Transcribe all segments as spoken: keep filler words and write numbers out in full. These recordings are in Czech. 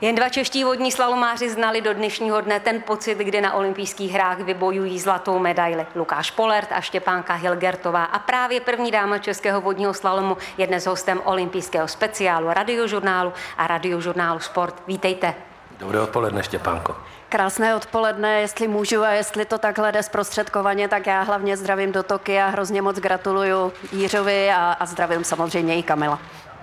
Jen dva čeští vodní slalomáři znali do dnešního dne ten pocit, kdy na olympijských hrách vybojují zlatou medaili. Lukáš Pollert a Štěpánka Hilgertová. A právě první dáma českého vodního slalomu je dnes hostem olympijského speciálu Radiožurnálu a Radiožurnálu Sport. Vítejte. Dobré odpoledne, Štěpánko. Krásné odpoledne, jestli můžu a jestli to takhle jde zprostředkovaně, tak já hlavně zdravím do Tokia, hrozně moc gratuluju Jiřovi a, a zdravím samozřejmě i Kamila.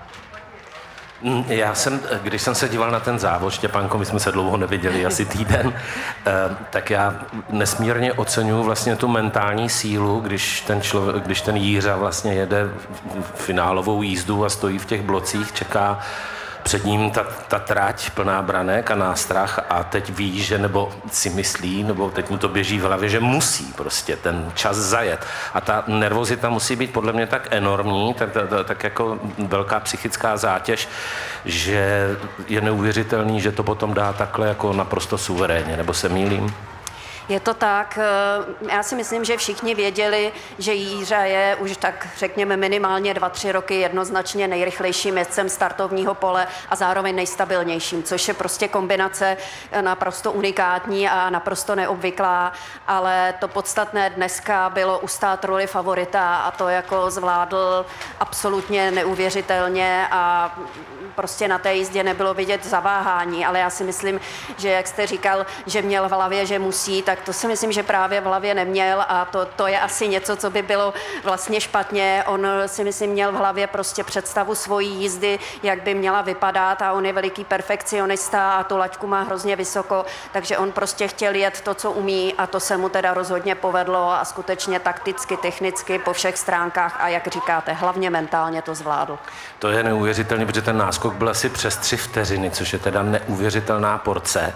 Já jsem, když jsem se díval na ten závod, Štěpánko, my jsme se dlouho neviděli, asi týden, tak já nesmírně oceňuji vlastně tu mentální sílu, když ten, člověk, když ten Jířa vlastně jede finálovou jízdu a stojí v těch blocích, čeká před ním ta, ta trať plná branek a nástrah a teď ví, že nebo si myslí, nebo teď mu to běží v hlavě, že musí prostě ten čas zajet. A ta nervozita musí být podle mě tak enormní, tak, tak, tak jako velká psychická zátěž, že je neuvěřitelný, že to potom dá takhle jako naprosto suverénně, nebo se mýlím? Je to tak. Já si myslím, že všichni věděli, že Jířa je už tak řekněme minimálně dva, tři roky jednoznačně nejrychlejším jezdcem startovního pole a zároveň nejstabilnějším, což je prostě kombinace naprosto unikátní a naprosto neobvyklá, ale to podstatné dneska bylo ustát roli favorita a to jako zvládl absolutně neuvěřitelně a prostě na té jízdě nebylo vidět zaváhání, ale já si myslím, že jak jste říkal, že měl v hlavě, že musí, tak to si myslím, že právě v hlavě neměl a to, to je asi něco, co by bylo vlastně špatně. On si myslím měl v hlavě prostě představu svojí jízdy, jak by měla vypadat a on je veliký perfekcionista a tu laťku má hrozně vysoko, takže on prostě chtěl jet to, co umí a to se mu teda rozhodně povedlo a skutečně takticky, technicky po všech stránkách a jak říkáte, hlavně mentálně to zvládl. To je neuvěřitelné, protože ten náskok byl asi přes tři vteřiny, což je teda neuvěřitelná porce.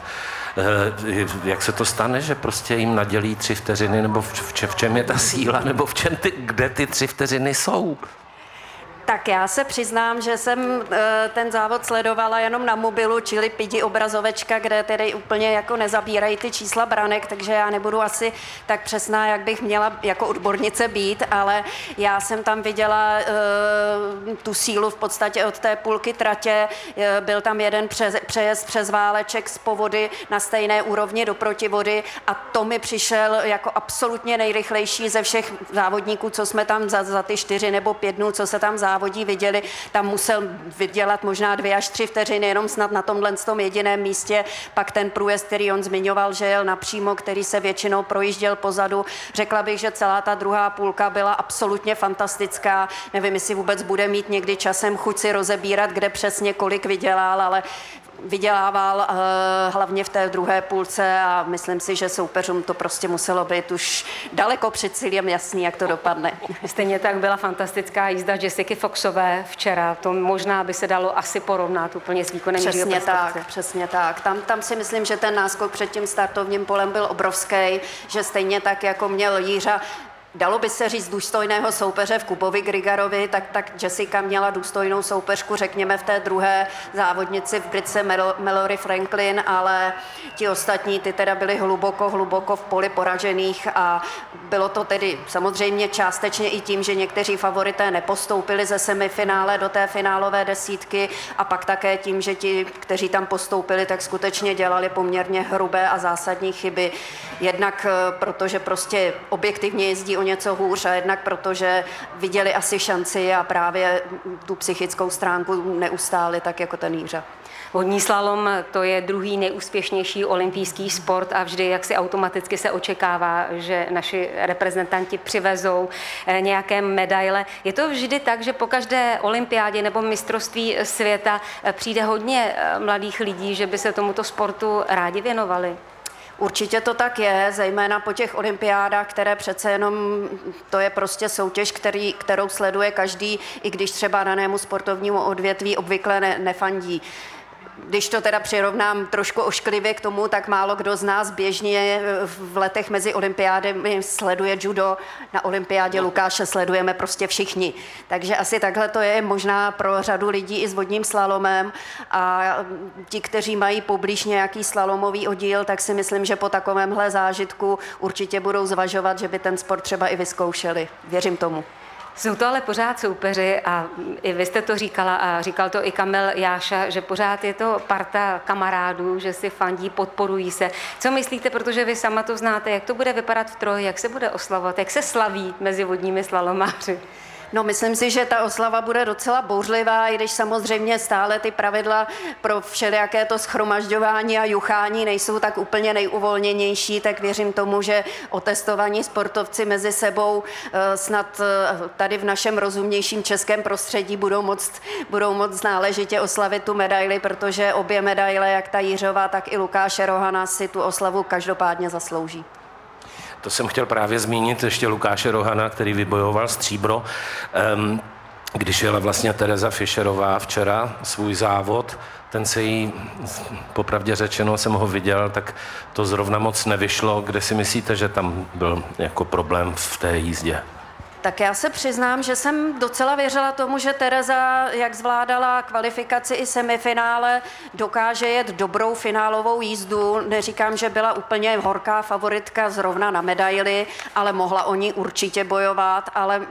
Jak se to stane, že prostě jim nadělí tři vteřiny, nebo v, v čem je ta síla, nebo v čem ty, kde ty tři vteřiny jsou? Tak já se přiznám, že jsem ten závod sledovala jenom na mobilu, čili pidi obrazovečka, kde tedy úplně jako nezabírají ty čísla branek, takže já nebudu asi tak přesná, jak bych měla jako odbornice být, ale já jsem tam viděla uh, tu sílu v podstatě od té půlky tratě, byl tam jeden přes, přejezd přes váleček z povody na stejné úrovni do protivody a to mi přišel jako absolutně nejrychlejší ze všech závodníků, co jsme tam za, za ty čtyři nebo pět dnů, co se tam závodí viděli, tam musel vydělat možná dvě až tři vteřiny, jenom snad na tomhle tom jediném místě. Pak ten průjezd, který on zmiňoval, že jel napřímo, který se většinou projížděl pozadu. Řekla bych, že celá ta druhá půlka byla absolutně fantastická. Nevím, jestli vůbec bude mít někdy časem chuť si rozebírat, kde přesně kolik vydělal, ale vydělával uh, hlavně v té druhé půlce a myslím si, že soupeřům to prostě muselo být už daleko před cílem jasný, jak to dopadne. Stejně tak byla fantastická jízda Jessiky Foxové včera. To možná by se dalo asi porovnat úplně s výkonem Jiřího Přesně Prstovce. tak, přesně tak. Tam, tam si myslím, že ten náskok před tím startovním polem byl obrovský, že stejně tak, jako měl Jířa dalo by se říct důstojného soupeře v Kubovi Grigarovi, tak, tak Jessica měla důstojnou soupeřku, řekněme, v té druhé závodnici v Britce Mel- Mallory Franklin, ale ti ostatní, ty teda byli hluboko, hluboko v poli poražených a bylo to tedy samozřejmě částečně i tím, že někteří favorité nepostoupili ze semifinále do té finálové desítky a pak také tím, že ti, kteří tam postoupili, tak skutečně dělali poměrně hrubé a zásadní chyby. Jednak protože prostě objektivně jezdí o něco hůř a jednak protože viděli asi šanci a právě tu psychickou stránku neustáli tak jako ten Jířa. Vodní slalom to je druhý nejúspěšnější olympijský sport a vždy jak si automaticky se očekává, že naši reprezentanti přivezou nějaké medaile. Je to vždy tak, že po každé olympiádě nebo mistrovství světa přijde hodně mladých lidí, že by se tomuto sportu rádi věnovali? Určitě to tak je, zejména po těch olympiádách, které přece jenom, to je prostě soutěž, který, kterou sleduje každý, i když třeba danému sportovnímu odvětví obvykle ne, nefandí. Když to teda přirovnám trošku ošklivě k tomu, tak málo kdo z nás běžně v letech mezi olympiádami sleduje judo. Na olympiádě Lukáše sledujeme prostě všichni. Takže asi takhle to je možná pro řadu lidí i s vodním slalomem. A ti, kteří mají poblíž nějaký slalomový oddíl, tak si myslím, že po takovémhle zážitku určitě budou zvažovat, že by ten sport třeba i vyzkoušeli. Věřím tomu. Jsou to ale pořád soupeři a i vy jste to říkala a říkal to i Kamil Jáša, že pořád je to parta kamarádů, že si fandí, podporují se. Co myslíte, protože vy sama to znáte, jak to bude vypadat v Troji, jak se bude oslavovat, jak se slaví mezi vodními slalomáři? No, myslím si, že ta oslava bude docela bouřlivá, i když samozřejmě stále ty pravidla pro všelijaké to shromažďování a juchání nejsou tak úplně nejuvolněnější, tak věřím tomu, že otestovaní sportovci mezi sebou snad tady v našem rozumnějším českém prostředí budou moct, budou moct náležitě oslavit tu medaili, protože obě medaile, jak ta Jiřová, tak i Lukáše Rohana, si tu oslavu každopádně zaslouží. To jsem chtěl právě zmínit ještě Lukáše Rohana, který vybojoval stříbro. Když jela vlastně Tereza Fischerová včera svůj závod, ten se jí, popravdě řečeno, jsem ho viděl, tak to zrovna moc nevyšlo. Kde si myslíte, že tam byl jako problém v té jízdě? Tak já se přiznám, že jsem docela věřila tomu, že Tereza, jak zvládala kvalifikaci i semifinále, dokáže jet dobrou finálovou jízdu. Neříkám, že byla úplně horká favoritka zrovna na medaili, ale mohla o ní určitě bojovat, ale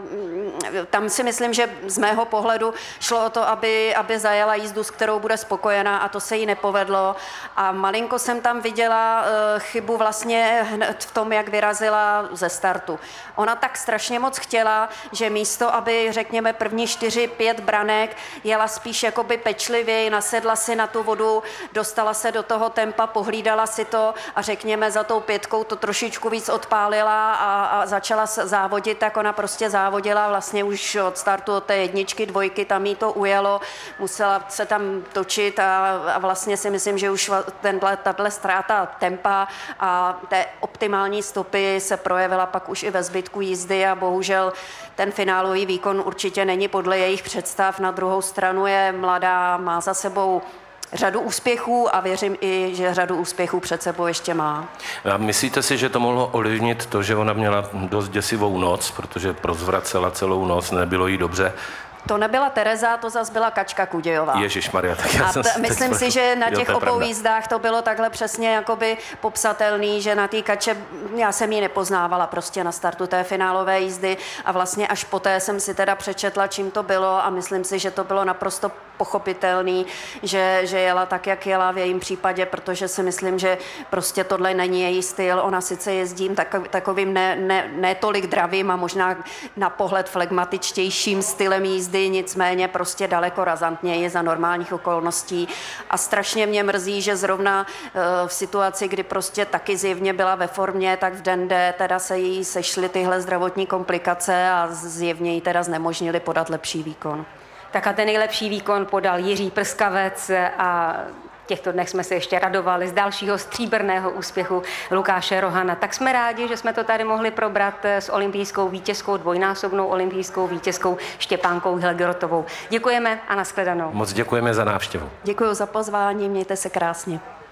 tam si myslím, že z mého pohledu šlo o to, aby, aby zajela jízdu, s kterou bude spokojená, a to se jí nepovedlo. A malinko jsem tam viděla chybu vlastně hned v tom, jak vyrazila ze startu. Ona tak strašně moc chtěla, že místo, aby řekněme první čtyři, pět branek jela spíš jakoby pečlivěji, nasedla si na tu vodu, dostala se do toho tempa, pohlídala si to a řekněme za tou pětkou to trošičku víc odpálila a, a začala závodit, tak ona prostě závodila vlastně už od startu od té jedničky, dvojky, tam jí to ujelo, musela se tam točit a, a vlastně si myslím, že už tenhle, tato ztráta tempa a té optimální stopy se projevila pak už i ve zbytku jízdy a bohužel ten finálový výkon určitě není podle jejich představ. Na druhou stranu je mladá, má za sebou řadu úspěchů a věřím i, že řadu úspěchů před sebou ještě má. A myslíte si, že to mohlo ovlivnit to, že ona měla dost děsivou noc, protože prozvracela celou noc, nebylo jí dobře? To nebyla Tereza, to zase byla Kačka Kudějová. Ježišmarja, tak já a jsem t- si myslím si, že na těch jo, obou pravda. jízdách to bylo takhle přesně jakoby popsatelný, že na té Kače, já jsem ji nepoznávala prostě na startu té finálové jízdy a vlastně až poté jsem si teda přečetla, čím to bylo a myslím si, že to bylo naprosto pochopitelný, že, že jela tak, jak jela v jejím případě, protože si myslím, že prostě tohle není její styl. Ona sice jezdí takový, takovým ne, ne, ne tolik dravým a možná na pohled flegmatičtějším stylem jízdy, nicméně prostě daleko razantněji za normálních okolností. A strašně mě mrzí, že zrovna v situaci, kdy prostě taky zjevně byla ve formě, tak v den D teda se jí sešly tyhle zdravotní komplikace a zjevně jí teda znemožnili podat lepší výkon. Tak a ten nejlepší výkon podal Jiří Prskavec a v těchto dnech jsme se ještě radovali z dalšího stříbrného úspěchu Lukáše Rohana. Tak jsme rádi, že jsme to tady mohli probrat s olympijskou vítězkou, dvojnásobnou olympijskou vítězkou Štěpánkou Hilgerotovou. Děkujeme a nashledanou. Moc děkujeme za návštěvu. Děkuji za pozvání, mějte se krásně.